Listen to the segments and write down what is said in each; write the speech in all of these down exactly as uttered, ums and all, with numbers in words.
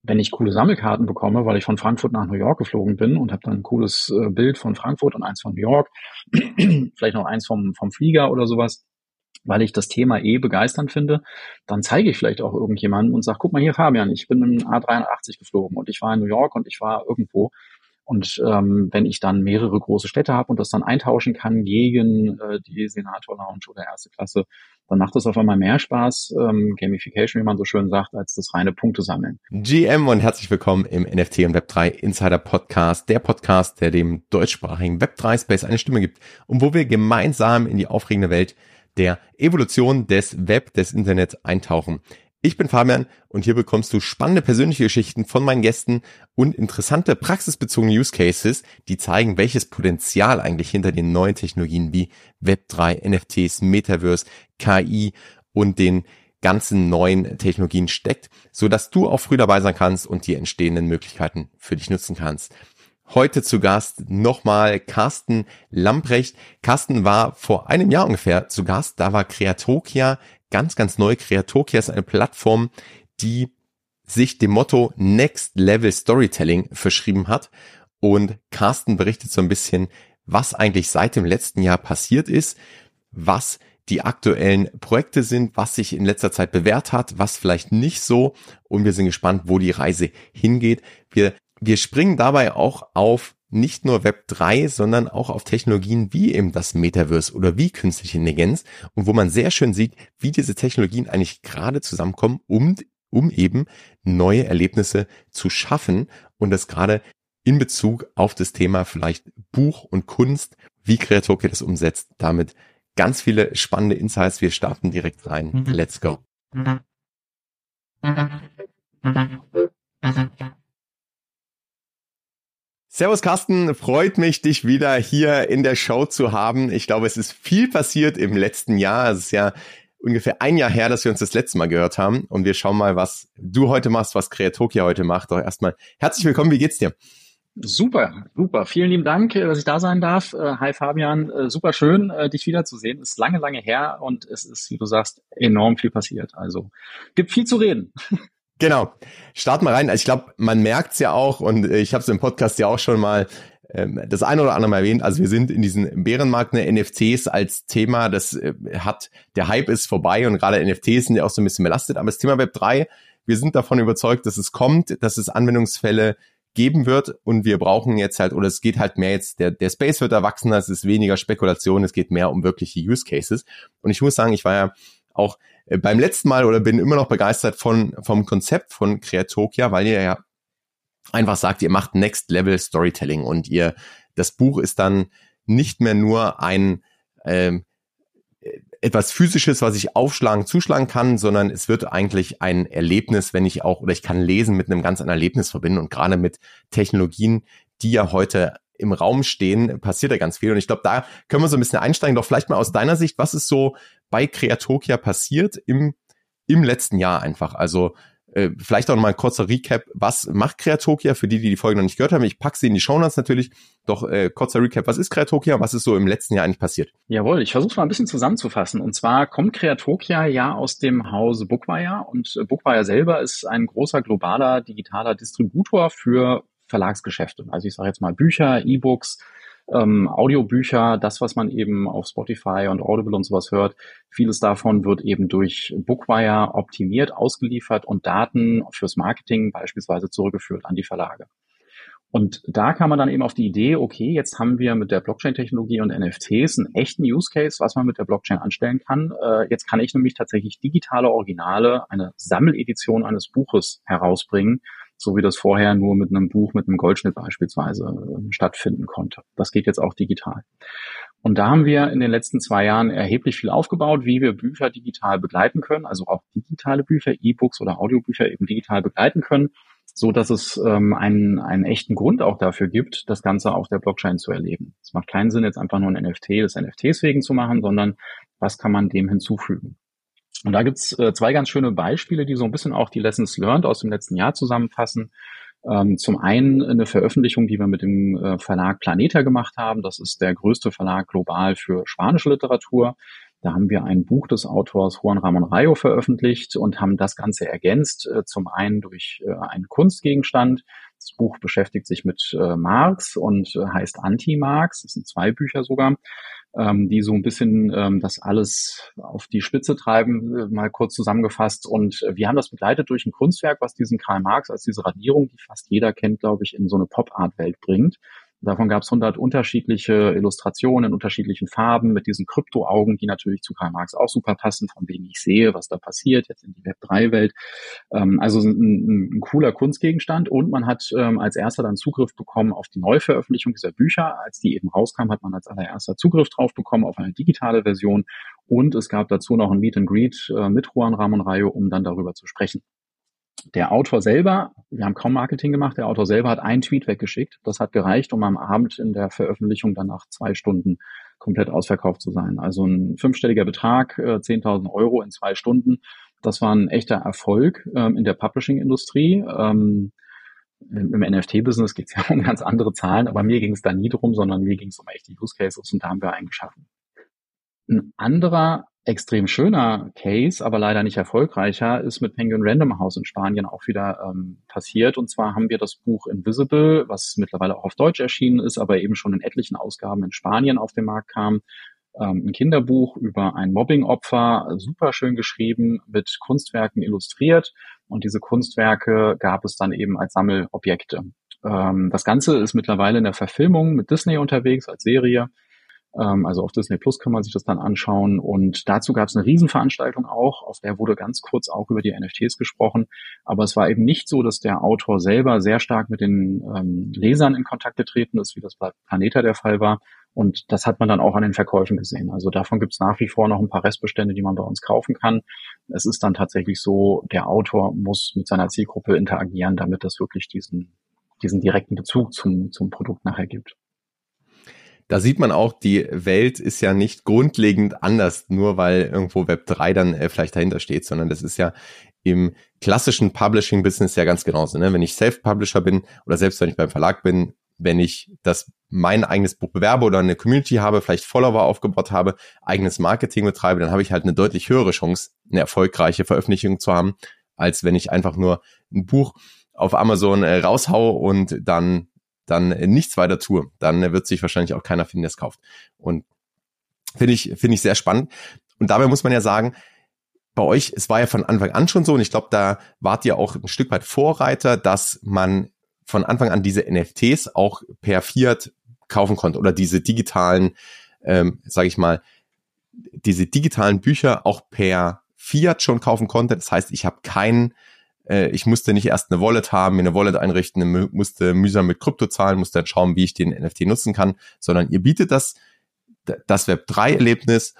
wenn ich coole Sammelkarten bekomme, weil ich von Frankfurt nach New York geflogen bin und habe dann ein cooles äh, Bild von Frankfurt und eins von New York, vielleicht noch eins vom, vom Flieger oder sowas, weil ich das Thema eh begeisternd finde, dann zeige ich vielleicht auch irgendjemandem und sage, guck mal hier, Fabian, ich bin im A drei achtzig geflogen und ich war in New York und ich war irgendwo. Und ähm, wenn ich dann mehrere große Städte habe und das dann eintauschen kann gegen äh, die Senator Lounge oder erste Klasse, dann macht das auf einmal mehr Spaß, ähm, Gamification, wie man so schön sagt, als das reine Punkte sammeln. G M und herzlich willkommen im N F T und Web drei Insider Podcast, der Podcast, der dem deutschsprachigen Web drei Space eine Stimme gibt und wo wir gemeinsam in die aufregende Welt der Evolution des Web, des Internets eintauchen. Ich bin Fabian und hier bekommst du spannende persönliche Geschichten von meinen Gästen und interessante praxisbezogene Use Cases, die zeigen, welches Potenzial eigentlich hinter den neuen Technologien wie Web drei, N F Ts, Metaverse, K I und den ganzen neuen Technologien steckt, so dass du auch früh dabei sein kannst und die entstehenden Möglichkeiten für dich nutzen kannst. Heute zu Gast nochmal Carsten Lamprecht. Carsten war vor einem Jahr ungefähr zu Gast, da war Creatokia ganz, ganz neu. Creatokia ist eine Plattform, die sich dem Motto Next Level Storytelling verschrieben hat. Und Carsten berichtet so ein bisschen, was eigentlich seit dem letzten Jahr passiert ist, was die aktuellen Projekte sind, was sich in letzter Zeit bewährt hat, was vielleicht nicht so. Und wir sind gespannt, wo die Reise hingeht. Wir, wir springen dabei auch auf nicht nur Web drei, sondern auch auf Technologien wie eben das Metaverse oder wie künstliche Intelligenz und wo man sehr schön sieht, wie diese Technologien eigentlich gerade zusammenkommen, um, um eben neue Erlebnisse zu schaffen und das gerade in Bezug auf das Thema vielleicht Buch und Kunst, wie Creatokia das umsetzt. Damit ganz viele spannende Insights. Wir starten direkt rein. Let's go. Servus Carsten, freut mich, dich wieder hier in der Show zu haben. Ich glaube, es ist viel passiert im letzten Jahr. Es ist ja ungefähr ein Jahr her, dass wir uns das letzte Mal gehört haben. Und wir schauen mal, was du heute machst, was Creatokia heute macht. Doch erstmal herzlich willkommen, wie geht's dir? Super, super. Vielen lieben Dank, dass ich da sein darf. Hi Fabian, super schön, dich wiederzusehen. Ist lange, lange her und es ist, wie du sagst, enorm viel passiert. Also gibt viel zu reden. Genau. Start mal rein. Also ich glaube, man merkt's ja auch und ich habe es im Podcast ja auch schon mal ähm, das eine oder andere mal erwähnt. Also wir sind in diesem Bärenmarkt, ne, N F Ts als Thema, das äh, hat, der Hype ist vorbei und gerade N F Ts sind ja auch so ein bisschen belastet. Aber das Thema Web drei, wir sind davon überzeugt, dass es kommt, dass es Anwendungsfälle geben wird und wir brauchen jetzt halt, oder es geht halt mehr jetzt, der, der Space wird erwachsener, es ist weniger Spekulation, es geht mehr um wirkliche Use Cases. Und ich muss sagen, ich war ja auch beim letzten Mal oder bin immer noch begeistert von vom Konzept von Creatokia, weil ihr ja einfach sagt, ihr macht Next Level Storytelling und ihr, das Buch ist dann nicht mehr nur ein ähm, etwas Physisches, was ich aufschlagen, zuschlagen kann, sondern es wird eigentlich ein Erlebnis, wenn ich auch, oder ich kann Lesen mit einem ganz anderen Erlebnis verbinden und gerade mit Technologien, die ja heute im Raum stehen, passiert da ganz viel. Und ich glaube, da können wir so ein bisschen einsteigen. Doch vielleicht mal aus deiner Sicht, was ist so bei Creatokia passiert im, im letzten Jahr einfach? Also äh, vielleicht auch noch mal ein kurzer Recap. Was macht Creatokia für die, die die Folge noch nicht gehört haben? Ich packe sie in die Shownotes natürlich. Doch äh, kurzer Recap. Was ist Creatokia? Was ist so im letzten Jahr eigentlich passiert? Jawohl, ich versuche es mal ein bisschen zusammenzufassen. Und zwar kommt Creatokia ja aus dem Hause Bookwire. Und äh, Bookwire selber ist ein großer globaler digitaler Distributor für Verlagsgeschäfte. Also ich sage jetzt mal Bücher, E-Books, ähm, Audiobücher, das, was man eben auf Spotify und Audible und sowas hört. Vieles davon wird eben durch Bookwire optimiert, ausgeliefert und Daten fürs Marketing beispielsweise zurückgeführt an die Verlage. Und da kam man dann eben auf die Idee, okay, jetzt haben wir mit der Blockchain-Technologie und N F Ts einen echten Use Case, was man mit der Blockchain anstellen kann. Äh, jetzt kann ich nämlich tatsächlich digitale Originale, eine Sammeledition eines Buches herausbringen, so wie das vorher nur mit einem Buch mit einem Goldschnitt beispielsweise äh, stattfinden konnte. Das geht jetzt auch digital. Und da haben wir in den letzten zwei Jahren erheblich viel aufgebaut, wie wir Bücher digital begleiten können, also auch digitale Bücher, E-Books oder Audiobücher eben digital begleiten können, so dass es ähm, einen, einen echten Grund auch dafür gibt, das Ganze auf der Blockchain zu erleben. Es macht keinen Sinn, jetzt einfach nur ein N F T des N F Ts wegen zu machen, sondern was kann man dem hinzufügen? Und da gibt's äh, zwei ganz schöne Beispiele, die so ein bisschen auch die Lessons learned aus dem letzten Jahr zusammenfassen. Ähm, zum einen eine Veröffentlichung, die wir mit dem äh, Verlag Planeta gemacht haben. Das ist der größte Verlag global für spanische Literatur. Da haben wir ein Buch des Autors Juan Ramón Rayo veröffentlicht und haben das Ganze ergänzt, äh, zum einen durch äh, einen Kunstgegenstand. Das Buch beschäftigt sich mit äh, Marx und äh, heißt Anti-Marx. Das sind zwei Bücher sogar, ähm, die so ein bisschen ähm, das alles auf die Spitze treiben, äh, mal kurz zusammengefasst. Und äh, wir haben das begleitet durch ein Kunstwerk, was diesen Karl Marx als diese Radierung, die fast jeder kennt, glaube ich, in so eine Pop-Art-Welt bringt. Davon gab es hundert unterschiedliche Illustrationen in unterschiedlichen Farben mit diesen Kryptoaugen, die natürlich zu Karl Marx auch super passen, von wegen ich sehe, was da passiert, jetzt in die Web drei Welt. Ähm, also ein, ein, ein cooler Kunstgegenstand, und man hat ähm, als erster dann Zugriff bekommen auf die Neuveröffentlichung dieser Bücher. Als die eben rauskam, hat man als allererster Zugriff drauf bekommen auf eine digitale Version, und es gab dazu noch ein Meet and Greet äh, mit Juan Ramón Rayo, um dann darüber zu sprechen. Der Autor selber, wir haben kaum Marketing gemacht, der Autor selber hat einen Tweet weggeschickt. Das hat gereicht, um am Abend in der Veröffentlichung dann nach zwei Stunden komplett ausverkauft zu sein. Also ein fünfstelliger Betrag, zehntausend Euro in zwei Stunden. Das war ein echter Erfolg ähm, in der Publishing-Industrie. Ähm, Im N F T-Business geht es ja um ganz andere Zahlen, aber mir ging es da nie drum, sondern mir ging es um echte Use Cases, und da haben wir einen geschaffen. Ein anderer extrem schöner Case, aber leider nicht erfolgreicher, ist mit Penguin Random House in Spanien auch wieder ähm, passiert. Und zwar haben wir das Buch Invisible, was mittlerweile auch auf Deutsch erschienen ist, aber eben schon in etlichen Ausgaben in Spanien auf den Markt kam. Ähm, ein Kinderbuch über ein Mobbing-Opfer, super schön geschrieben, mit Kunstwerken illustriert. Und diese Kunstwerke gab es dann eben als Sammelobjekte. Ähm, das Ganze ist mittlerweile in der Verfilmung mit Disney unterwegs als Serie. Also auf Disney Plus kann man sich das dann anschauen, und dazu gab es eine Riesenveranstaltung auch, auf der wurde ganz kurz auch über die N F Ts gesprochen, aber es war eben nicht so, dass der Autor selber sehr stark mit den ähm, Lesern in Kontakt getreten ist, wie das bei Planeta der Fall war, und das hat man dann auch an den Verkäufen gesehen. Also davon gibt es nach wie vor noch ein paar Restbestände, die man bei uns kaufen kann. Es ist dann tatsächlich so, der Autor muss mit seiner Zielgruppe interagieren, damit das wirklich diesen diesen direkten Bezug zum zum Produkt nachher gibt. Da sieht man auch, die Welt ist ja nicht grundlegend anders, nur weil irgendwo Web drei dann äh, vielleicht dahinter steht, sondern das ist ja im klassischen Publishing-Business ja ganz genauso. Ne? Wenn ich Self-Publisher bin oder selbst wenn ich beim Verlag bin, wenn ich das mein eigenes Buch bewerbe oder eine Community habe, vielleicht Follower aufgebaut habe, eigenes Marketing betreibe, dann habe ich halt eine deutlich höhere Chance, eine erfolgreiche Veröffentlichung zu haben, als wenn ich einfach nur ein Buch auf Amazon äh, raushau und dann dann nichts weiter tue, dann wird sich wahrscheinlich auch keiner finden, der es kauft. Und finde ich, finde ich sehr spannend. Und dabei muss man ja sagen, bei euch, es war ja von Anfang an schon so, und ich glaube, da wart ihr auch ein Stück weit Vorreiter, dass man von Anfang an diese N F Ts auch per Fiat kaufen konnte oder diese digitalen, ähm, sage ich mal, diese digitalen Bücher auch per Fiat schon kaufen konnte. Das heißt, ich habe keinen Ich musste nicht erst eine Wallet haben, mir eine Wallet einrichten, musste mühsam mit Krypto zahlen, musste dann schauen, wie ich den N F T nutzen kann, sondern ihr bietet das, das Web drei Erlebnis,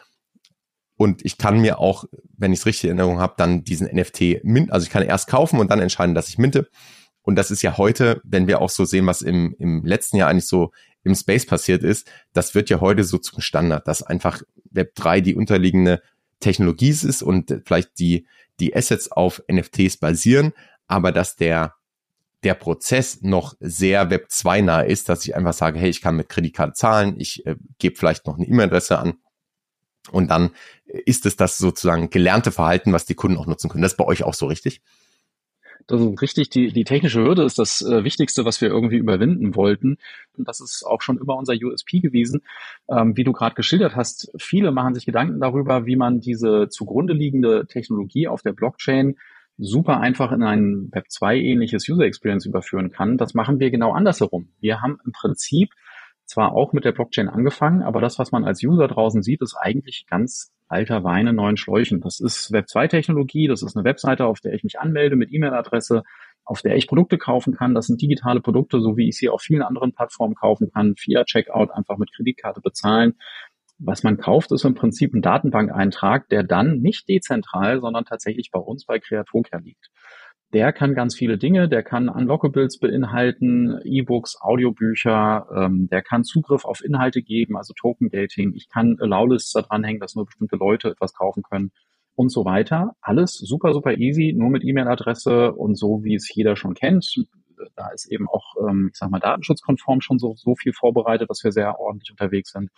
und ich kann mir auch, wenn ich es richtig in Erinnerung habe, dann diesen N F T minten, also ich kann erst kaufen und dann entscheiden, dass ich minte. Und das ist ja heute, wenn wir auch so sehen, was im, im letzten Jahr eigentlich so im Space passiert ist, das wird ja heute so zum Standard, dass einfach Web drei die unterliegende Technologie ist und vielleicht die die Assets auf N F Ts basieren, aber dass der der Prozess noch sehr Web zwei nah ist, dass ich einfach sage, hey, ich kann mit Kreditkarte zahlen, ich äh, gebe vielleicht noch eine E-Mail-Adresse an, und dann ist es das sozusagen gelernte Verhalten, was die Kunden auch nutzen können. Das ist bei euch auch so, richtig? Das ist richtig. Die, die technische Hürde ist das äh, Wichtigste, was wir irgendwie überwinden wollten. Und das ist auch schon immer unser U S P gewesen. Ähm, wie du gerade geschildert hast, viele machen sich Gedanken darüber, wie man diese zugrunde liegende Technologie auf der Blockchain super einfach in ein Web zwei ähnliches User Experience überführen kann. Das machen wir genau andersherum. Wir haben im Prinzip zwar auch mit der Blockchain angefangen, aber das, was man als User draußen sieht, ist eigentlich ganz alter Wein in neuen Schläuchen. Das ist Web zwei Technologie, das ist eine Webseite, auf der ich mich anmelde mit E-Mail-Adresse, auf der ich Produkte kaufen kann. Das sind digitale Produkte, so wie ich sie auf vielen anderen Plattformen kaufen kann. Fiat-Checkout, einfach mit Kreditkarte bezahlen. Was man kauft, ist im Prinzip ein Datenbankeintrag, der dann nicht dezentral, sondern tatsächlich bei uns bei Kreatokia liegt. Der kann ganz viele Dinge, der kann Unlockables beinhalten, E-Books, Audiobücher, ähm, der kann Zugriff auf Inhalte geben, also Token-Gating. Ich kann Allow-Lists da dranhängen, dass nur bestimmte Leute etwas kaufen können und so weiter. Alles super, super easy, nur mit E-Mail-Adresse und so, wie es jeder schon kennt. Da ist eben auch, ähm, ich sag mal, datenschutzkonform schon so, so viel vorbereitet, dass wir sehr ordentlich unterwegs sind.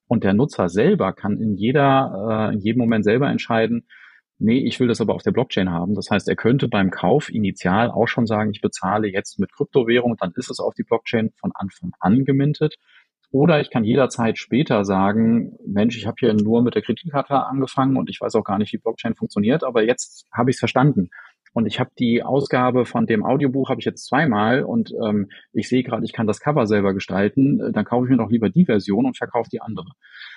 Und der Nutzer selber kann in jeder, äh, in jedem Moment selber entscheiden, nee, ich will das aber auf der Blockchain haben. Das heißt, er könnte beim Kauf initial auch schon sagen, ich bezahle jetzt mit Kryptowährung, dann ist es auf die Blockchain von Anfang an gemintet. Oder ich kann jederzeit später sagen, Mensch, ich habe hier nur mit der Kreditkarte angefangen und ich weiß auch gar nicht, wie Blockchain funktioniert, aber jetzt habe ich es verstanden. Und ich habe die Ausgabe von dem Audiobuch habe ich jetzt zweimal und ähm, ich sehe gerade, ich kann das Cover selber gestalten. Dann kaufe ich mir doch lieber die Version und verkaufe die andere.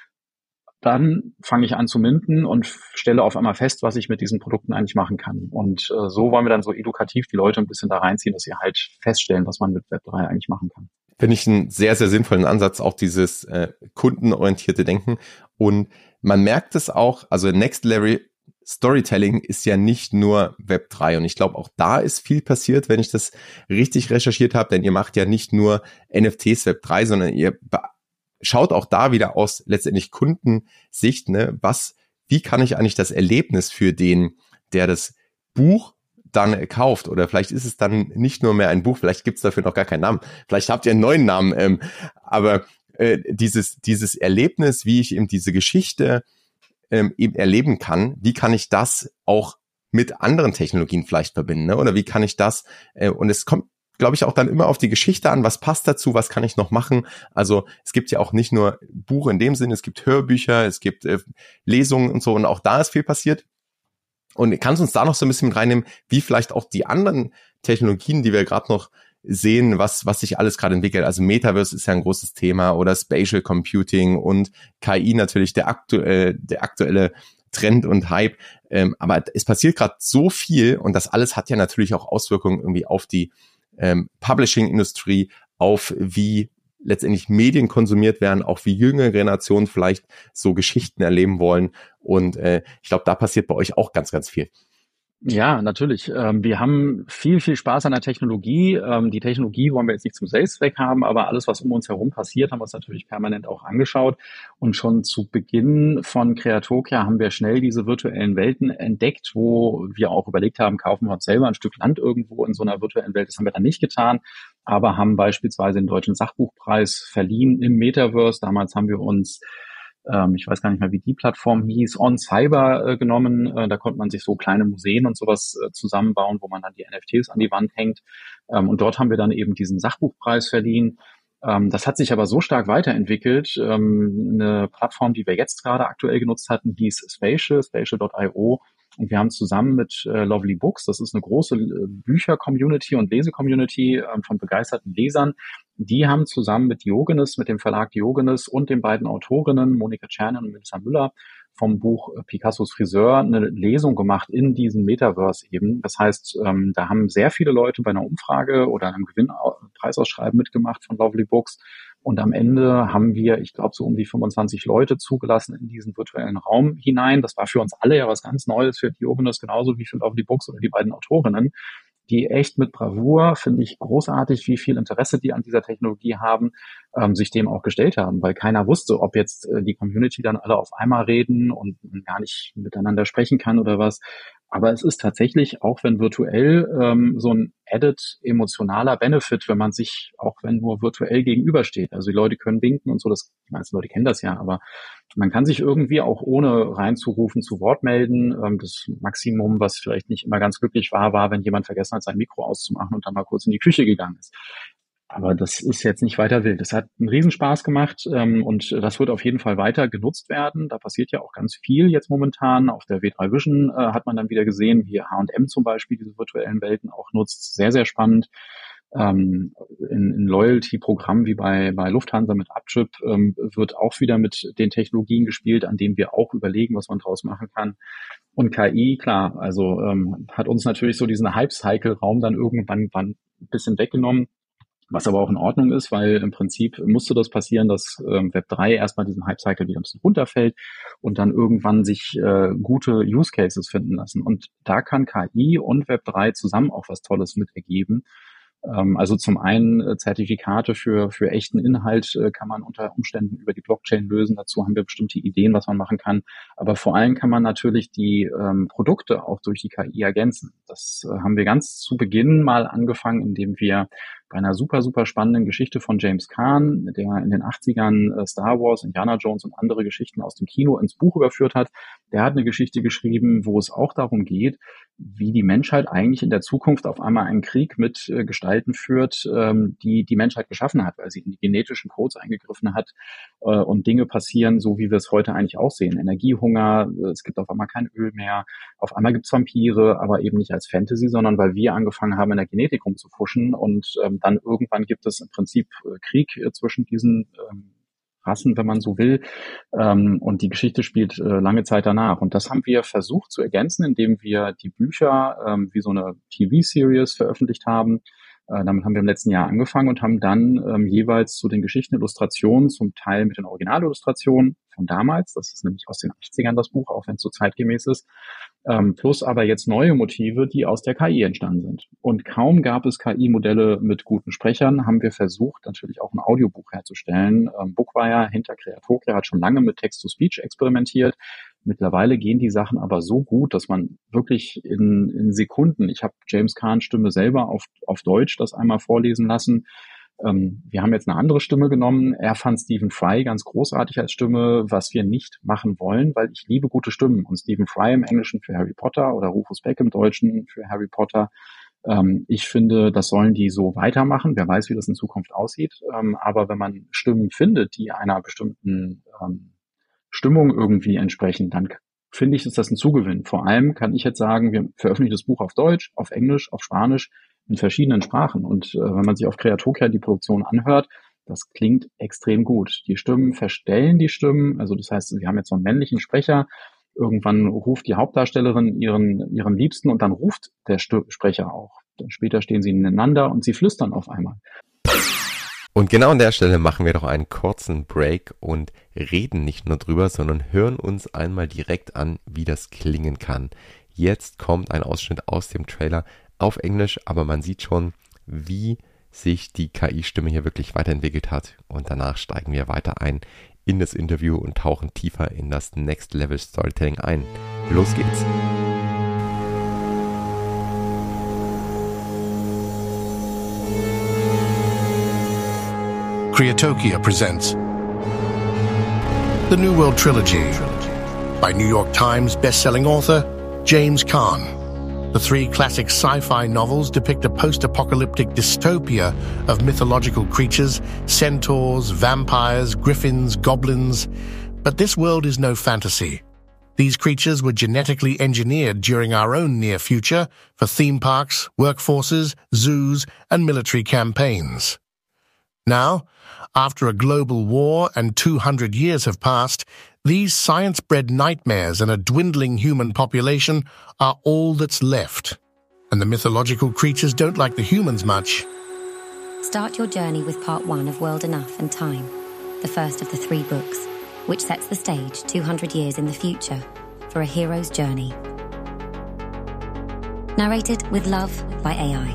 Dann fange ich an zu minten und stelle auf einmal fest, was ich mit diesen Produkten eigentlich machen kann. Und äh, so wollen wir dann so edukativ die Leute ein bisschen da reinziehen, dass sie halt feststellen, was man mit Web drei eigentlich machen kann. Finde ich einen sehr, sehr sinnvollen Ansatz, auch dieses äh, kundenorientierte Denken. Und man merkt es auch, also Next Level Storytelling ist ja nicht nur Web drei. Und ich glaube, auch da ist viel passiert, wenn ich das richtig recherchiert habe, denn ihr macht ja nicht nur N F Ts Web drei, sondern ihr schaut auch da wieder aus letztendlich Kundensicht, ne, was, wie kann ich eigentlich das Erlebnis für den, der das Buch dann kauft, oder vielleicht ist es dann nicht nur mehr ein Buch, vielleicht gibt es dafür noch gar keinen Namen, vielleicht habt ihr einen neuen Namen, ähm, aber äh, dieses dieses Erlebnis, wie ich eben diese Geschichte ähm, eben erleben kann, wie kann ich das auch mit anderen Technologien vielleicht verbinden, ne? Oder wie kann ich das, äh, und es kommt, glaube ich, auch dann immer auf die Geschichte an, was passt dazu, was kann ich noch machen. Also es gibt ja auch nicht nur Buch in dem Sinne, es gibt Hörbücher, es gibt äh, Lesungen und so, und auch da ist viel passiert. Und kannst du uns da noch so ein bisschen mit reinnehmen, wie vielleicht auch die anderen Technologien, die wir gerade noch sehen, was was sich alles gerade entwickelt. Also Metaverse ist ja ein großes Thema, oder Spatial Computing und K I natürlich der aktuelle der aktuelle Trend und Hype. Ähm, aber es passiert gerade so viel, und das alles hat ja natürlich auch Auswirkungen irgendwie auf die ähm, Publishing-Industrie, auf wie letztendlich Medien konsumiert werden, auch wie jüngere Generationen vielleicht so Geschichten erleben wollen. Und äh, ich glaube, da passiert bei euch auch ganz, ganz viel. Ja, natürlich. Ähm, wir haben viel, viel Spaß an der Technologie. Ähm, die Technologie wollen wir jetzt nicht zum Selbstzweck haben, aber alles, was um uns herum passiert, haben wir uns natürlich permanent auch angeschaut. Und schon zu Beginn von Creatokia haben wir schnell diese virtuellen Welten entdeckt, wo wir auch überlegt haben, kaufen wir uns selber ein Stück Land irgendwo in so einer virtuellen Welt. Das haben wir dann nicht getan, aber haben beispielsweise den Deutschen Sachbuchpreis verliehen im Metaverse. Damals haben wir uns Ähm, ich weiß gar nicht mehr, wie die Plattform hieß, On Cyber äh, genommen. Äh, da konnte man sich so kleine Museen und sowas äh, zusammenbauen, wo man dann die N F Ts an die Wand hängt. Ähm, und dort haben wir dann eben diesen Sachbuchpreis verliehen. Ähm, das hat sich aber so stark weiterentwickelt. Ähm, eine Plattform, die wir jetzt gerade aktuell genutzt hatten, hieß Spatial, spatial Punkt i o. Und wir haben zusammen mit äh, Lovely Books, das ist eine große äh, Bücher-Community und Lese-Community äh, von begeisterten Lesern, die haben zusammen mit Diogenes, mit dem Verlag Diogenes und den beiden Autorinnen, Monika Czernin und Melissa Müller, vom Buch Picassos Friseur eine Lesung gemacht in diesem Metaverse eben. Das heißt, ähm, da haben sehr viele Leute bei einer Umfrage oder einem Gewinnpreisausschreiben mitgemacht von Lovely Books. Und am Ende haben wir, ich glaube, so um die fünfundzwanzig Leute zugelassen in diesen virtuellen Raum hinein. Das war für uns alle ja was ganz Neues, für Diogenes genauso wie für Lovely Books oder die beiden Autorinnen, die echt mit Bravour, finde ich großartig, wie viel Interesse die an dieser Technologie haben, ähm, sich dem auch gestellt haben, weil keiner wusste, ob jetzt äh, die Community dann alle auf einmal reden und gar nicht miteinander sprechen kann oder was. Aber es ist tatsächlich, auch wenn virtuell, ähm, so ein added emotionaler Benefit, wenn man sich, auch wenn nur virtuell gegenübersteht. Also die Leute können winken und so, das, die meisten Leute kennen das ja, aber man kann sich irgendwie auch ohne reinzurufen zu Wort melden. Ähm, das Maximum, was vielleicht nicht immer ganz glücklich war, war, wenn jemand vergessen hat, sein Mikro auszumachen und dann mal kurz in die Küche gegangen ist. Aber das ist jetzt nicht weiter wild. Das hat einen Riesenspaß gemacht, ähm, und das wird auf jeden Fall weiter genutzt werden. Da passiert ja auch ganz viel jetzt momentan. Auf der W drei Vision äh, hat man dann wieder gesehen, wie H und M zum Beispiel diese virtuellen Welten auch nutzt. Sehr, sehr spannend. Ähm, in, in Loyalty-Programmen wie bei, bei Lufthansa mit Uptrip ähm, wird auch wieder mit den Technologien gespielt, an denen wir auch überlegen, was man draus machen kann. Und K I, klar, also ähm, hat uns natürlich so diesen Hype-Cycle-Raum dann irgendwann ein bisschen weggenommen. Was aber auch in Ordnung ist, weil im Prinzip musste das passieren, dass ähm, Web drei erstmal diesen Hype-Cycle wieder ein bisschen runterfällt und dann irgendwann sich äh, gute Use Cases finden lassen. Und da kann K I und Web drei zusammen auch was Tolles mit ergeben. Ähm, also zum einen äh, Zertifikate für für echten Inhalt äh, kann man unter Umständen über die Blockchain lösen. Dazu haben wir bestimmte Ideen, was man machen kann. Aber vor allem kann man natürlich die ähm, Produkte auch durch die K I ergänzen. Das äh, haben wir ganz zu Beginn mal angefangen, indem wir bei einer super, super spannenden Geschichte von James Caan, der in den achtzigern Star Wars, Indiana Jones und andere Geschichten aus dem Kino ins Buch überführt hat. Der hat eine Geschichte geschrieben, wo es auch darum geht, wie die Menschheit eigentlich in der Zukunft auf einmal einen Krieg mit äh, Gestalten führt, ähm, die die Menschheit geschaffen hat, weil sie in die genetischen Codes eingegriffen hat äh, und Dinge passieren, so wie wir es heute eigentlich auch sehen. Energiehunger, äh, es gibt auf einmal kein Öl mehr, auf einmal gibt es Vampire, aber eben nicht als Fantasy, sondern weil wir angefangen haben, in der Genetik rumzufuschen und ähm, dann irgendwann gibt es im Prinzip äh, Krieg äh, zwischen diesen ähm, Rassen, wenn man so will. Ähm, und die Geschichte spielt äh, lange Zeit danach. Und das haben wir versucht zu ergänzen, indem wir die Bücher ähm, wie so eine T V-Series veröffentlicht haben. Äh, damit haben wir im letzten Jahr angefangen und haben dann ähm, jeweils zu den Geschichten Illustrationen, zum Teil mit den Originalillustrationen von damals, das ist nämlich aus den achtzigern das Buch, auch wenn es so zeitgemäß ist, ähm, plus aber jetzt neue Motive, die aus der K I entstanden sind. Und kaum gab es K I-Modelle mit guten Sprechern, haben wir versucht, natürlich auch ein Audiobuch herzustellen. Ähm, Bookwire hinter Creatokia hat schon lange mit Text-to-Speech experimentiert. Mittlerweile gehen die Sachen aber so gut, dass man wirklich in, in Sekunden, ich habe James Caans Stimme selber auf, auf Deutsch das einmal vorlesen lassen. Ähm, wir haben jetzt eine andere Stimme genommen. Er fand Stephen Fry ganz großartig als Stimme, was wir nicht machen wollen, weil ich liebe gute Stimmen. Und Stephen Fry im Englischen für Harry Potter oder Rufus Beck im Deutschen für Harry Potter. Ähm, ich finde, das sollen die so weitermachen. Wer weiß, wie das in Zukunft aussieht. Ähm, aber wenn man Stimmen findet, die einer bestimmten ähm, Stimmung irgendwie entsprechen, dann finde ich, ist das ein Zugewinn. Vor allem kann ich jetzt sagen, wir veröffentlichen das Buch auf Deutsch, auf Englisch, auf Spanisch, in verschiedenen Sprachen. Und äh, wenn man sich auf Creatokia die Produktion anhört, das klingt extrem gut. Die Stimmen verstellen die Stimmen. Also das heißt, wir haben jetzt so einen männlichen Sprecher. Irgendwann ruft die Hauptdarstellerin ihren, ihren Liebsten und dann ruft der St- Sprecher auch. Dann später stehen sie nebeneinander und sie flüstern auf einmal. Und genau an der Stelle machen wir doch einen kurzen Break und reden nicht nur drüber, sondern hören uns einmal direkt an, wie das klingen kann. Jetzt kommt ein Ausschnitt aus dem Trailer auf Englisch, aber man sieht schon, wie sich die K I-Stimme hier wirklich weiterentwickelt hat. Und danach steigen wir weiter ein in das Interview und tauchen tiefer in das Next Level Storytelling ein. Los geht's! Creatokia presents The New World Trilogy by New York Times best-selling author James Caan. The three classic sci-fi novels depict a post-apocalyptic dystopia of mythological creatures, centaurs, vampires, griffins, goblins. But this world is no fantasy. These creatures were genetically engineered during our own near future for theme parks, workforces, zoos, and military campaigns. Now, after a global war and two hundred years have passed, these science-bred nightmares and a dwindling human population are all that's left. And the mythological creatures don't like the humans much. Start your journey with part one of World Enough and Time, the first of the three books, which sets the stage two hundred years in the future for a hero's journey. Narrated with love by A I.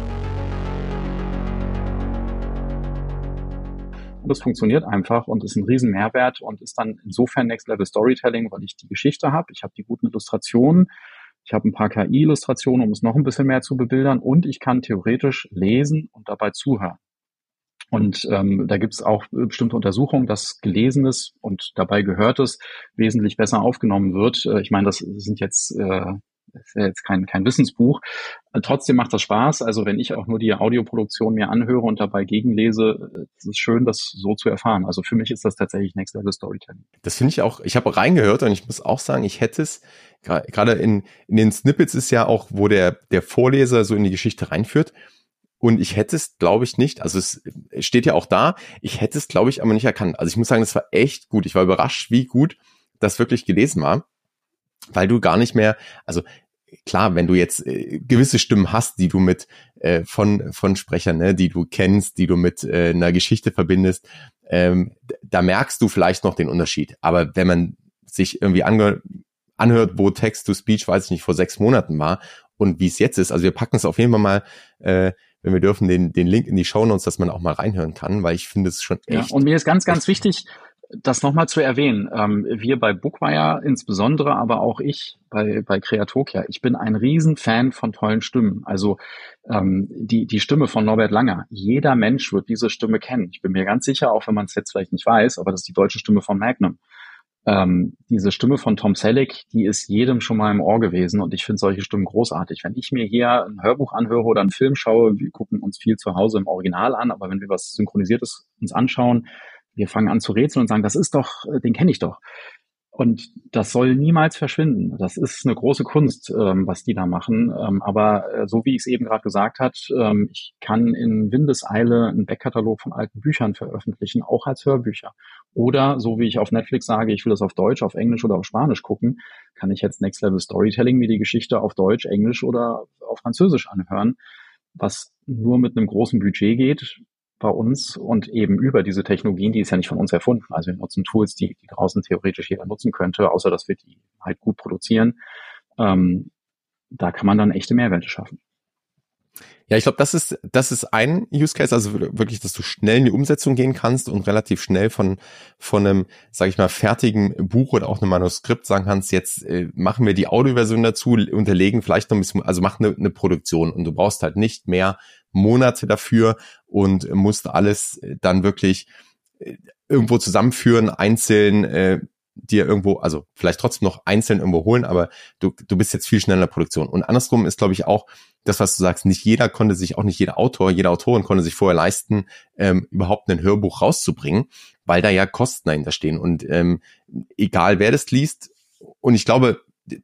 Das funktioniert einfach und ist ein riesen Mehrwert und ist dann insofern Next Level Storytelling, weil ich die Geschichte habe, ich habe die guten Illustrationen, ich habe ein paar K I-Illustrationen, um es noch ein bisschen mehr zu bebildern und ich kann theoretisch lesen und dabei zuhören. Und ähm, da gibt es auch bestimmte Untersuchungen, dass Gelesenes und dabei Gehörtes wesentlich besser aufgenommen wird. Äh, ich meine, das sind jetzt äh, das ist ja jetzt kein, kein Wissensbuch. Trotzdem macht das Spaß. Also wenn ich auch nur die Audioproduktion mir anhöre und dabei gegenlese, es ist schön, das so zu erfahren. Also für mich ist das tatsächlich Next Level Storytelling. Das finde ich auch, ich habe reingehört und ich muss auch sagen, ich hätte es, gerade in, in den Snippets ist ja auch, wo der, der Vorleser so in die Geschichte reinführt. Und ich hätte es, glaube ich, nicht, also es steht ja auch da, ich hätte es, glaube ich, aber nicht erkannt. Also ich muss sagen, das war echt gut. Ich war überrascht, wie gut das wirklich gelesen war. Weil du gar nicht mehr, also klar, wenn du jetzt äh, gewisse Stimmen hast, die du mit äh, von von Sprechern, ne, die du kennst, die du mit äh, einer Geschichte verbindest, ähm, da merkst du vielleicht noch den Unterschied. Aber wenn man sich irgendwie ange- anhört, wo Text-to-Speech, weiß ich nicht, vor sechs Monaten war und wie es jetzt ist, also wir packen es auf jeden Fall mal, äh, wenn wir dürfen, den den Link in die Shownotes, dass man auch mal reinhören kann, weil ich finde es schon echt. Ja, und mir ist ganz, ganz wichtig, das nochmal zu erwähnen, ähm, wir bei Bookwire insbesondere, aber auch ich bei, bei Creatokia, ich bin ein Riesenfan von tollen Stimmen. Also ähm, die, die Stimme von Norbert Langer, jeder Mensch wird diese Stimme kennen. Ich bin mir ganz sicher, auch wenn man es jetzt vielleicht nicht weiß, aber das ist die deutsche Stimme von Magnum. Ähm, diese Stimme von Tom Selleck, die ist jedem schon mal im Ohr gewesen und ich finde solche Stimmen großartig. Wenn ich mir hier ein Hörbuch anhöre oder einen Film schaue, wir gucken uns viel zu Hause im Original an, aber wenn wir was Synchronisiertes uns anschauen, wir fangen an zu rätseln und sagen, das ist doch, den kenne ich doch. Und das soll niemals verschwinden. Das ist eine große Kunst, ähm, was die da machen. Ähm, aber äh, so wie ich es eben gerade gesagt hat, ähm, ich kann in Windeseile einen Backkatalog von alten Büchern veröffentlichen, auch als Hörbücher. Oder so wie ich auf Netflix sage, ich will das auf Deutsch, auf Englisch oder auf Spanisch gucken, kann ich jetzt Next Level Storytelling mir die Geschichte auf Deutsch, Englisch oder auf Französisch anhören, was nur mit einem großen Budget geht bei uns und eben über diese Technologien, die ist ja nicht von uns erfunden. Also wir nutzen Tools, die, die draußen theoretisch jeder nutzen könnte, außer dass wir die halt gut produzieren. Ähm, da kann man dann echte Mehrwerte schaffen. Ja, ich glaube, das ist das ist ein Use Case, also wirklich, dass du schnell in die Umsetzung gehen kannst und relativ schnell von von einem, sage ich mal, fertigen Buch oder auch einem Manuskript sagen kannst, jetzt äh, machen wir die Audioversion dazu, unterlegen vielleicht noch ein bisschen, also mach eine, eine Produktion und du brauchst halt nicht mehr Monate dafür und musst alles dann wirklich äh, irgendwo zusammenführen, einzeln äh, dir irgendwo, also vielleicht trotzdem noch einzeln irgendwo holen, aber du du bist jetzt viel schneller in der Produktion. Und andersrum ist, glaube ich, auch das, was du sagst, nicht jeder konnte sich, auch nicht jeder Autor, jede Autorin konnte sich vorher leisten, ähm, überhaupt ein Hörbuch rauszubringen, weil da ja Kosten dahinter stehen. Und ähm, egal, wer das liest, und ich glaube,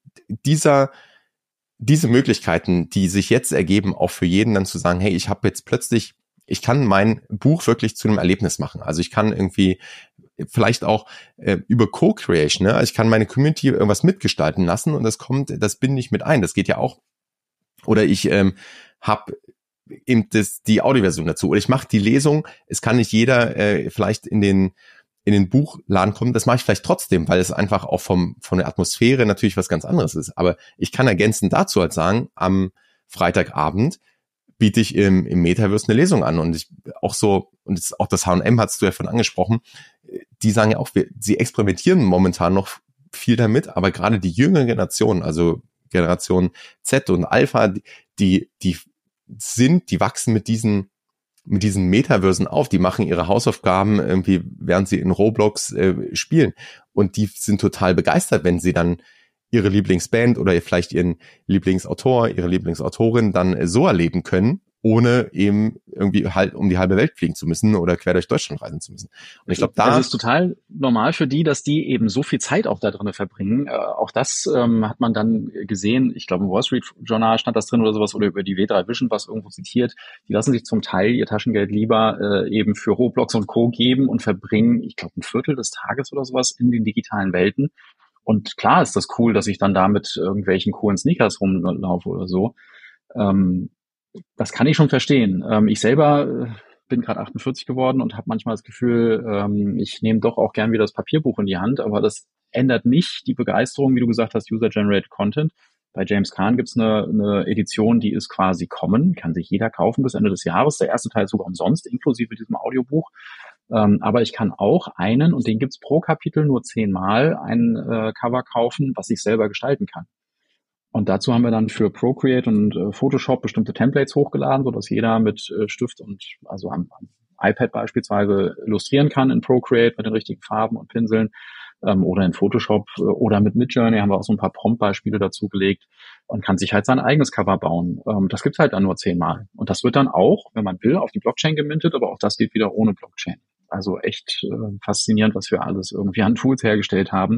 dieser diese Möglichkeiten, die sich jetzt ergeben, auch für jeden dann zu sagen, hey, ich habe jetzt plötzlich, ich kann mein Buch wirklich zu einem Erlebnis machen. Also ich kann irgendwie vielleicht auch äh, über Co-Creation, ne? Ich kann meine Community irgendwas mitgestalten lassen und das kommt, das binde ich mit ein. Das geht ja auch. Oder ich ähm, habe eben das, die Audioversion dazu. Oder ich mache die Lesung. Es kann nicht jeder äh, vielleicht in den in den Buchladen kommen. Das mache ich vielleicht trotzdem, weil es einfach auch vom von der Atmosphäre natürlich was ganz anderes ist. Aber ich kann ergänzend dazu halt sagen, am Freitagabend biete ich im, im Metaverse eine Lesung an. Und ich auch so, und jetzt auch das H und M hast du ja von angesprochen, die sagen ja auch, wir, sie experimentieren momentan noch viel damit, aber gerade die jüngere Generation, also Generation Z und Alpha, die, die sind, die wachsen mit diesen, mit diesen Metaversen auf, die machen ihre Hausaufgaben irgendwie, während sie in Roblox äh, spielen. Und die sind total begeistert, wenn sie dann ihre Lieblingsband oder vielleicht ihren Lieblingsautor, ihre Lieblingsautorin dann so erleben können, ohne eben irgendwie halt um die halbe Welt fliegen zu müssen oder quer durch Deutschland reisen zu müssen. Und ich glaube, da das ist total normal für die, dass die eben so viel Zeit auch da drin verbringen. Äh, auch das ähm, hat man dann gesehen. Ich glaube, im Wall Street Journal stand das drin oder sowas oder über die W drei Vision was irgendwo zitiert. Die lassen sich zum Teil ihr Taschengeld lieber äh, eben für Roblox und Co. geben und verbringen, ich glaube, ein Viertel des Tages oder sowas in den digitalen Welten. Und klar ist das cool, dass ich dann da mit irgendwelchen coolen Sneakers rumlaufe oder so. Ähm, Das kann ich schon verstehen. Ähm, ich selber äh, bin gerade achtundvierzig geworden und habe manchmal das Gefühl, ähm, ich nehme doch auch gern wieder das Papierbuch in die Hand, aber das ändert nicht die Begeisterung, wie du gesagt hast, User-Generated Content. Bei James Caan gibt's eine, eine Edition, die ist quasi kommen, kann sich jeder kaufen bis Ende des Jahres. Der erste Teil ist sogar umsonst, inklusive diesem Audiobuch. Ähm, aber ich kann auch einen, und den gibt's pro Kapitel nur zehnmal, ein äh, Cover kaufen, was ich selber gestalten kann. Und dazu haben wir dann für Procreate und äh, Photoshop bestimmte Templates hochgeladen, sodass jeder mit äh, Stift und also am, am iPad beispielsweise illustrieren kann in Procreate mit den richtigen Farben und Pinseln ähm, oder in Photoshop äh, oder mit Midjourney haben wir auch so ein paar Prompt-Beispiele dazu gelegt und kann sich halt sein eigenes Cover bauen. Ähm, das gibt's halt dann nur zehnmal. Und das wird dann auch, wenn man will, auf die Blockchain gemintet, aber auch das geht wieder ohne Blockchain. Also echt äh, faszinierend, was wir alles irgendwie an Tools hergestellt haben.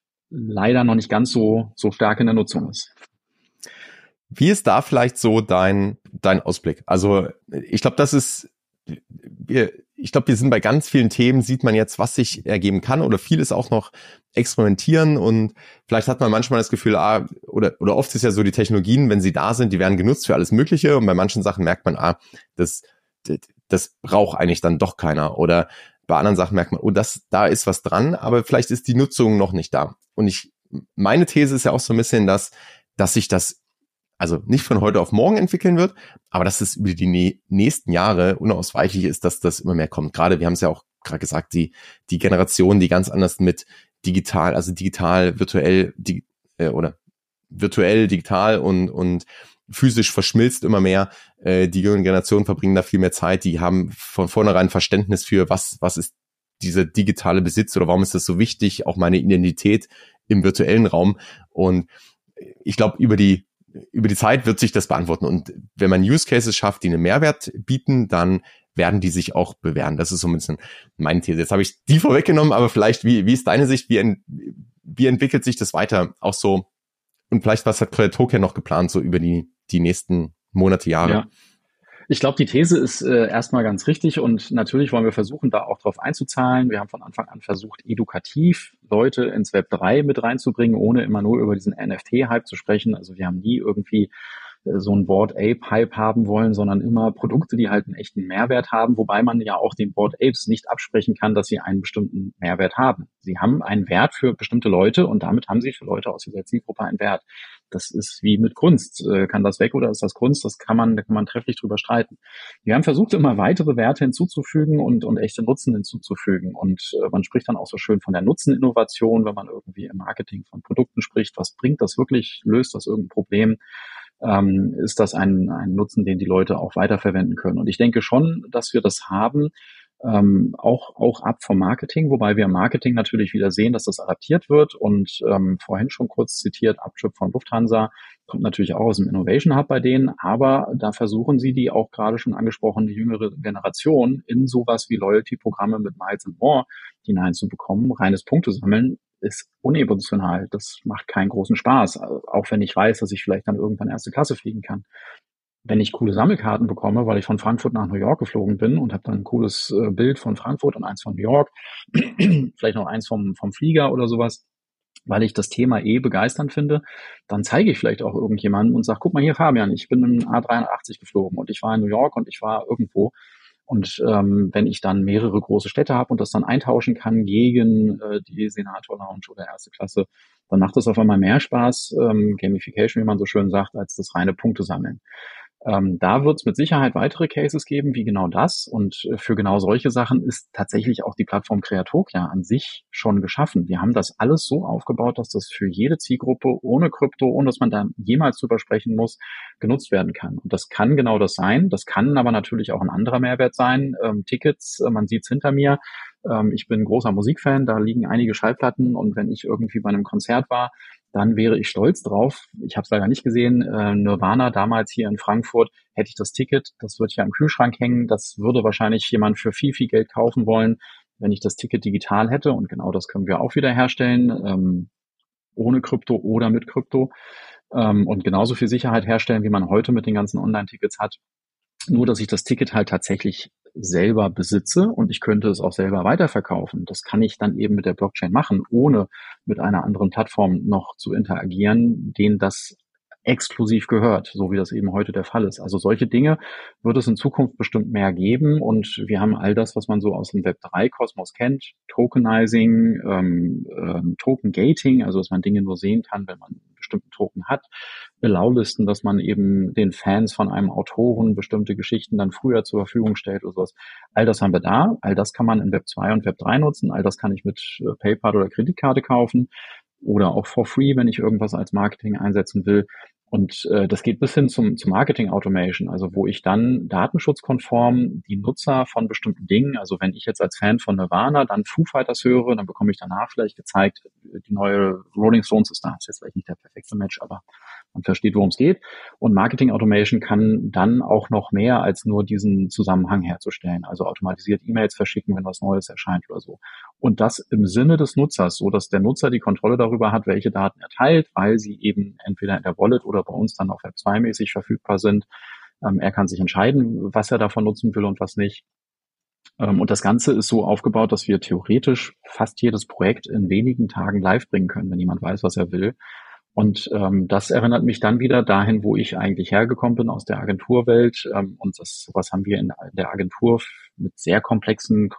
Leider noch nicht ganz so so stark in der Nutzung ist. Wie ist da vielleicht so dein dein Ausblick? Also ich glaube, das ist wir ich glaube, wir sind bei ganz vielen Themen, sieht man jetzt, was sich ergeben kann oder vieles auch noch experimentieren und vielleicht hat man manchmal das Gefühl, ah, oder oder oft ist ja so, die Technologien, wenn sie da sind, die werden genutzt für alles Mögliche und bei manchen Sachen merkt man, ah, das das, das braucht eigentlich dann doch keiner oder bei anderen Sachen merkt man, oh, das, da ist was dran, aber vielleicht ist die Nutzung noch nicht da. Und ich, meine These ist ja auch so ein bisschen, dass, dass sich das also nicht von heute auf morgen entwickeln wird, aber dass es über die nächsten Jahre unausweichlich ist, dass das immer mehr kommt. Gerade, wir haben es ja auch gerade gesagt, die, die Generation, die ganz anders mit digital, also digital, virtuell, die, äh, oder virtuell, digital und, und physisch verschmilzt immer mehr. Äh, die jungen Generationen verbringen da viel mehr Zeit, die haben von vornherein Verständnis für, was, was ist dieser digitale Besitz oder warum ist das so wichtig, auch meine Identität im virtuellen Raum. Und ich glaube, über die über die Zeit wird sich das beantworten. Und wenn man Use Cases schafft, die einen Mehrwert bieten, dann werden die sich auch bewähren. Das ist so ein bisschen meine These. Jetzt habe ich die vorweggenommen, aber vielleicht, wie, wie ist deine Sicht? Wie, ent, wie entwickelt sich das weiter? Auch so, und vielleicht, was hat Creditopia noch geplant, so über die, die nächsten Monate, Jahre? Ja. Ich glaube, die These ist äh, erstmal ganz richtig und natürlich wollen wir versuchen, da auch drauf einzuzahlen. Wir haben von Anfang an versucht, edukativ Leute ins Web drei mit reinzubringen, ohne immer nur über diesen N F T-Hype zu sprechen. Also wir haben nie irgendwie äh, so ein Bored Ape-Hype haben wollen, sondern immer Produkte, die halt einen echten Mehrwert haben, wobei man ja auch den Bored Apes nicht absprechen kann, dass sie einen bestimmten Mehrwert haben. Sie haben einen Wert für bestimmte Leute und damit haben sie für Leute aus dieser Zielgruppe einen Wert. Das ist wie mit Kunst. Kann das weg oder ist das Kunst? Das kann man, da kann man trefflich drüber streiten. Wir haben versucht, immer weitere Werte hinzuzufügen und, und echte Nutzen hinzuzufügen. Und äh, man spricht dann auch so schön von der Nutzeninnovation, wenn man irgendwie im Marketing von Produkten spricht. Was bringt das wirklich? Löst das irgendein Problem? Ähm, ist das ein, ein Nutzen, den die Leute auch weiterverwenden können? Und ich denke schon, dass wir das haben. Ähm, auch auch ab vom Marketing, wobei wir im Marketing natürlich wieder sehen, dass das adaptiert wird und ähm, vorhin schon kurz zitiert, Uptrip von Lufthansa kommt natürlich auch aus dem Innovation Hub bei denen, aber da versuchen sie die auch gerade schon angesprochene jüngere Generation in sowas wie Loyalty-Programme mit Miles and More hineinzubekommen. Reines Punktesammeln ist unemotional, das macht keinen großen Spaß, auch wenn ich weiß, dass ich vielleicht dann irgendwann erste Klasse fliegen kann. Wenn ich coole Sammelkarten bekomme, weil ich von Frankfurt nach New York geflogen bin und habe dann ein cooles äh, Bild von Frankfurt und eins von New York, vielleicht noch eins vom, vom Flieger oder sowas, weil ich das Thema eh begeisternd finde, dann zeige ich vielleicht auch irgendjemandem und sage, guck mal hier Fabian, ich bin im A dreiundachtzig geflogen und ich war in New York und ich war irgendwo. Und ähm, wenn ich dann mehrere große Städte habe und das dann eintauschen kann gegen äh, die Senator Lounge oder erste Klasse, dann macht das auf einmal mehr Spaß, ähm, Gamification, wie man so schön sagt, als das reine Punkte sammeln. Ähm, da wird es mit Sicherheit weitere Cases geben, wie genau das. Und äh, für genau solche Sachen ist tatsächlich auch die Plattform Creditopia an sich schon geschaffen. Wir haben das alles so aufgebaut, dass das für jede Zielgruppe ohne Krypto, ohne dass man da jemals drüber sprechen muss, genutzt werden kann. Und das kann genau das sein. Das kann aber natürlich auch ein anderer Mehrwert sein. Ähm, Tickets, äh, man sieht es hinter mir. Ähm, ich bin großer Musikfan, da liegen einige Schallplatten. Und wenn ich irgendwie bei einem Konzert war, dann wäre ich stolz drauf. Ich habe es leider nicht gesehen. Äh, Nirvana damals hier in Frankfurt, hätte ich das Ticket, das würde ja im Kühlschrank hängen. Das würde wahrscheinlich jemand für viel, viel Geld kaufen wollen, wenn ich das Ticket digital hätte. Und genau das können wir auch wieder herstellen, ähm, ohne Krypto oder mit Krypto. Ähm, und genauso viel Sicherheit herstellen, wie man heute mit den ganzen Online-Tickets hat. Nur, dass ich das Ticket halt tatsächlich selber besitze und ich könnte es auch selber weiterverkaufen. Das kann ich dann eben mit der Blockchain machen, ohne mit einer anderen Plattform noch zu interagieren, denen das exklusiv gehört, so wie das eben heute der Fall ist. Also solche Dinge wird es in Zukunft bestimmt mehr geben und wir haben all das, was man so aus dem Web drei Kosmos kennt, Tokenizing, ähm, ähm, Token Gating, also dass man Dinge nur sehen kann, wenn man einen bestimmten Token hat, Allow-Listen, dass man eben den Fans von einem Autoren bestimmte Geschichten dann früher zur Verfügung stellt oder sowas. All das haben wir da, all das kann man in Web zwei und Web drei nutzen, all das kann ich mit äh, PayPal oder Kreditkarte kaufen oder auch for free, wenn ich irgendwas als Marketing einsetzen will. Und äh, das geht bis hin zum, zum Marketing Automation, also wo ich dann datenschutzkonform die Nutzer von bestimmten Dingen, also wenn ich jetzt als Fan von Nirvana dann Foo Fighters höre, dann bekomme ich danach vielleicht gezeigt, die neue Rolling Stones ist da. Das ist jetzt vielleicht nicht der perfekte Match, aber man versteht, worum es geht. Und Marketing Automation kann dann auch noch mehr als nur diesen Zusammenhang herzustellen, also automatisiert E-Mails verschicken, wenn was Neues erscheint oder so. Und das im Sinne des Nutzers, so dass der Nutzer die Kontrolle darüber hat, welche Daten er teilt, weil sie eben entweder in der Wallet oder bei uns dann auch Web zwei mäßig verfügbar sind. Ähm, er kann sich entscheiden, was er davon nutzen will und was nicht. Ähm, und das Ganze ist so aufgebaut, dass wir theoretisch fast jedes Projekt in wenigen Tagen live bringen können, wenn jemand weiß, was er will. Und ähm, das erinnert mich dann wieder dahin, wo ich eigentlich hergekommen bin, aus der Agenturwelt. Ähm, und das sowas haben wir in der Agentur mit sehr komplexen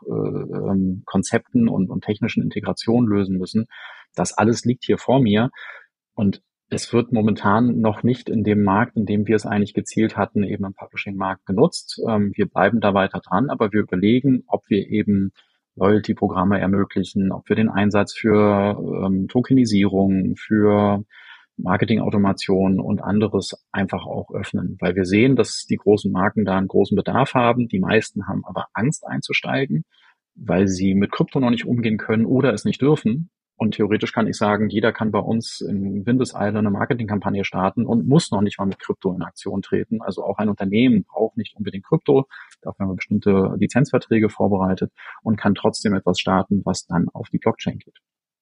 äh, Konzepten und, und technischen Integrationen lösen müssen. Das alles liegt hier vor mir. Und es wird momentan noch nicht in dem Markt, in dem wir es eigentlich gezielt hatten, eben im Publishing-Markt genutzt. Ähm, wir bleiben da weiter dran, aber wir überlegen, ob wir eben Loyalty-Programme ermöglichen, ob wir den Einsatz für ähm, Tokenisierung, für Marketing-Automation und anderes einfach auch öffnen, weil wir sehen, dass die großen Marken da einen großen Bedarf haben. Die meisten haben aber Angst einzusteigen, weil sie mit Krypto noch nicht umgehen können oder es nicht dürfen. Und theoretisch kann ich sagen, jeder kann bei uns in Windeseile eine Marketingkampagne starten und muss noch nicht mal mit Krypto in Aktion treten. Also auch ein Unternehmen braucht nicht unbedingt Krypto. Dafür haben wir bestimmte Lizenzverträge vorbereitet und kann trotzdem etwas starten, was dann auf die Blockchain geht.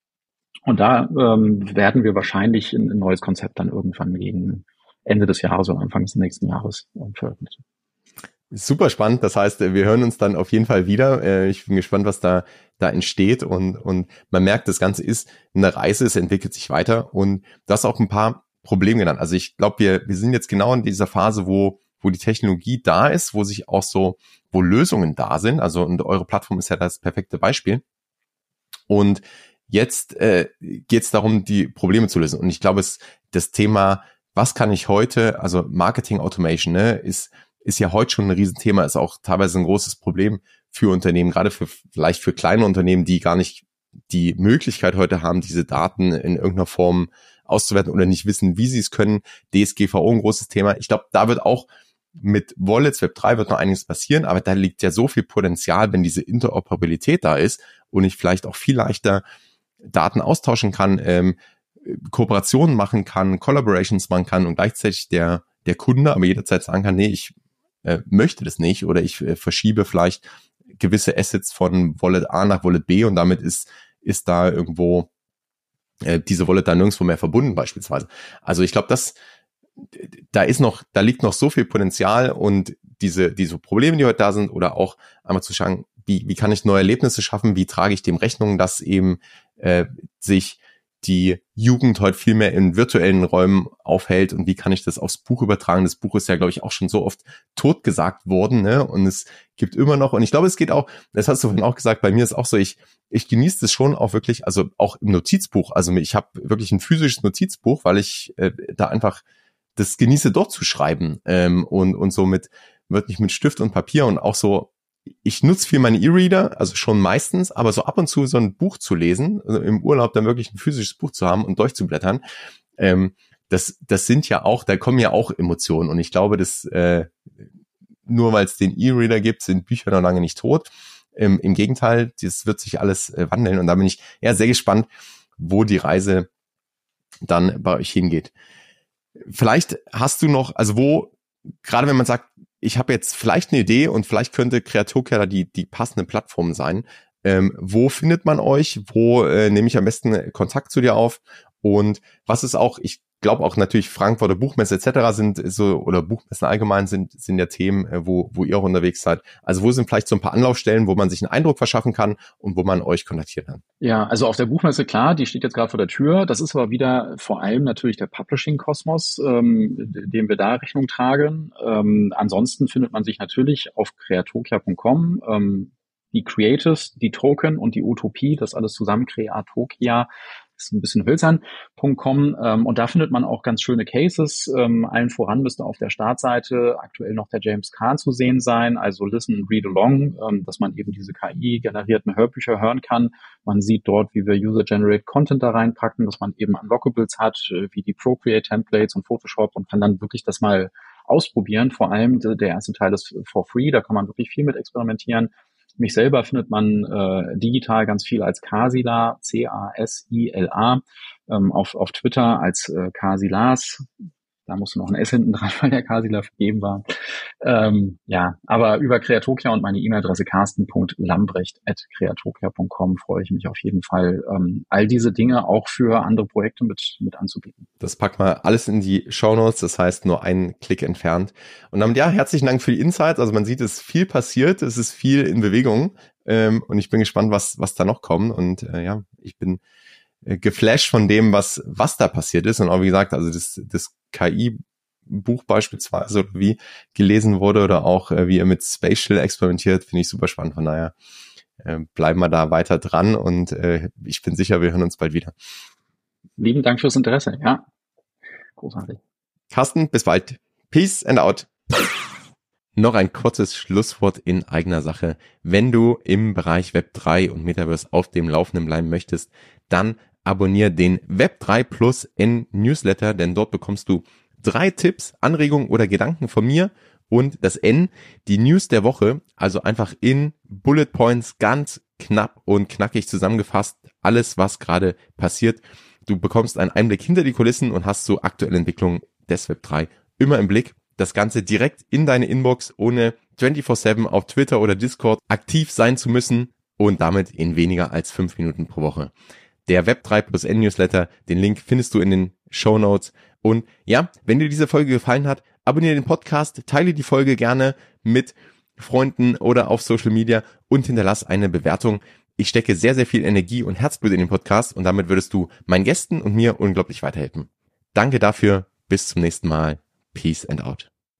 Und da ähm, werden wir wahrscheinlich ein, ein neues Konzept dann irgendwann gegen Ende des Jahres oder Anfang des nächsten Jahres äh, veröffentlichen. Super spannend. Das heißt, wir hören uns dann auf jeden Fall wieder. Ich bin gespannt, was da da entsteht und und man merkt, das Ganze ist eine Reise, es entwickelt sich weiter und du hast auch ein paar Probleme genannt. Also ich glaube, wir wir sind jetzt genau in dieser Phase, wo wo die Technologie da ist, wo sich auch so, wo Lösungen da sind. Also und eure Plattform ist ja das perfekte Beispiel. Und jetzt äh, geht es darum, die Probleme zu lösen. Und ich glaube, es das Thema, was kann ich heute, also Marketing Automation, ne, ist ist ja heute schon ein Riesenthema, ist auch teilweise ein großes Problem für Unternehmen, gerade für vielleicht für kleine Unternehmen, die gar nicht die Möglichkeit heute haben, diese Daten in irgendeiner Form auszuwerten oder nicht wissen, wie sie es können. D S G V O ein großes Thema. Ich glaube, da wird auch mit Wallets, Web drei wird noch einiges passieren, aber da liegt ja so viel Potenzial, wenn diese Interoperabilität da ist und ich vielleicht auch viel leichter Daten austauschen kann, ähm, Kooperationen machen kann, Collaborations machen kann und gleichzeitig der der Kunde aber jederzeit sagen kann, nee, ich äh, möchte das nicht oder ich äh, verschiebe vielleicht gewisse Assets von Wallet A nach Wallet B und damit ist ist da irgendwo äh, diese Wallet da nirgendwo mehr verbunden beispielsweise. Also ich glaube, das da ist noch, da liegt noch so viel Potenzial und diese diese Probleme, die heute da sind oder auch einmal zu schauen, wie wie kann ich neue Erlebnisse schaffen, wie trage ich dem Rechnung, dass eben äh, sich die Jugend heute viel mehr in virtuellen Räumen aufhält und wie kann ich das aufs Buch übertragen? Das Buch ist ja, glaube ich, auch schon so oft totgesagt worden, ne? Und es gibt immer noch, und ich glaube, es geht auch, das hast du vorhin auch gesagt, bei mir ist auch so, ich ich genieße das schon auch wirklich, also auch im Notizbuch, also ich habe wirklich ein physisches Notizbuch, weil ich äh, da einfach das genieße, dort zu schreiben ähm, und und so mit, wirklich mit Stift und Papier und auch so, ich nutze viel meine E-Reader, also schon meistens, aber so ab und zu so ein Buch zu lesen, also im Urlaub dann wirklich ein physisches Buch zu haben und durchzublättern, ähm, das das sind ja auch, da kommen ja auch Emotionen und ich glaube, dass äh, nur weil es den E-Reader gibt, sind Bücher noch lange nicht tot. Ähm, Im Gegenteil, das wird sich alles äh, wandeln und da bin ich ja sehr gespannt, wo die Reise dann bei euch hingeht. Vielleicht hast du noch, also wo, gerade wenn man sagt, ich habe jetzt vielleicht eine Idee und vielleicht könnte Kreatokia da die, die passende Plattform sein. Ähm, wo findet man euch? Wo äh, nehme ich am besten Kontakt zu dir auf? Und was ist auch, ich glaube auch natürlich Frankfurter Buchmesse et cetera sind so, oder Buchmessen allgemein sind sind ja Themen, äh, wo wo ihr auch unterwegs seid. Also wo sind vielleicht so ein paar Anlaufstellen, wo man sich einen Eindruck verschaffen kann und wo man euch kontaktieren kann? Ja, also auf der Buchmesse, klar, die steht jetzt gerade vor der Tür. Das ist aber wieder vor allem natürlich der Publishing-Kosmos, ähm, dem wir da Rechnung tragen. Ähm, ansonsten findet man sich natürlich auf kreatokia punkt com. Ähm, die Creatives, die Token und die Utopie, das alles zusammen, Kreatokia, ist ein bisschen hölzern punkt com, ähm, und da findet man auch ganz schöne Cases. Ähm, allen voran müsste auf der Startseite aktuell noch der James Kahn zu sehen sein, also Listen and Read Along, ähm, dass man eben diese K I-generierten Hörbücher hören kann. Man sieht dort, wie wir User-Generated Content da reinpacken, dass man eben Unlockables hat, äh, wie die Procreate-Templates und Photoshop und kann dann wirklich das mal ausprobieren. Vor allem der erste Teil ist for free, da kann man wirklich viel mit experimentieren. Mich selber findet man äh, digital ganz viel als Casila, C A S I L A, ähm, auf, auf Twitter als äh, Casilas. Da musste noch ein S hinten dran, weil der Casila vergeben war. Ähm, ja, aber über Kreatokia und meine E-Mail-Adresse carsten punkt lambrecht at kreatokia punkt com freue ich mich auf jeden Fall, ähm, all diese Dinge auch für andere Projekte mit mit anzubieten. Das packen wir alles in die Shownotes, das heißt nur einen Klick entfernt. Und damit ja, herzlichen Dank für die Insights. Also man sieht, es ist viel passiert, es ist viel in Bewegung ähm, und ich bin gespannt, was was da noch kommt. Und äh, ja, ich bin äh, geflasht von dem, was was da passiert ist. Und auch wie gesagt, also das das K I-Buch beispielsweise, wie gelesen wurde oder auch äh, wie ihr mit Spatial experimentiert, finde ich super spannend. Von daher äh, bleiben wir da weiter dran und äh, ich bin sicher, wir hören uns bald wieder. Lieben Dank fürs Interesse, ja. Großartig. Carsten, bis bald. Peace and out. Noch ein kurzes Schlusswort in eigener Sache. Wenn du im Bereich Web drei und Metaverse auf dem Laufenden bleiben möchtest, dann abonniere den Web drei Plus N Newsletter, denn dort bekommst du drei Tipps, Anregungen oder Gedanken von mir und das N, die News der Woche, also einfach in Bullet Points ganz knapp und knackig zusammengefasst, alles was gerade passiert. Du bekommst einen Einblick hinter die Kulissen und hast so aktuelle Entwicklungen des Web drei immer im Blick. Das Ganze direkt in deine Inbox, ohne vierundzwanzig sieben auf Twitter oder Discord aktiv sein zu müssen und damit in weniger als fünf Minuten pro Woche. Der Web drei Plus N Newsletter, den Link findest du in den Shownotes. Und ja, wenn dir diese Folge gefallen hat, abonniere den Podcast, teile die Folge gerne mit Freunden oder auf Social Media und hinterlass eine Bewertung. Ich stecke sehr, sehr viel Energie und Herzblut in den Podcast und damit würdest du meinen Gästen und mir unglaublich weiterhelfen. Danke dafür, bis zum nächsten Mal. Peace and out.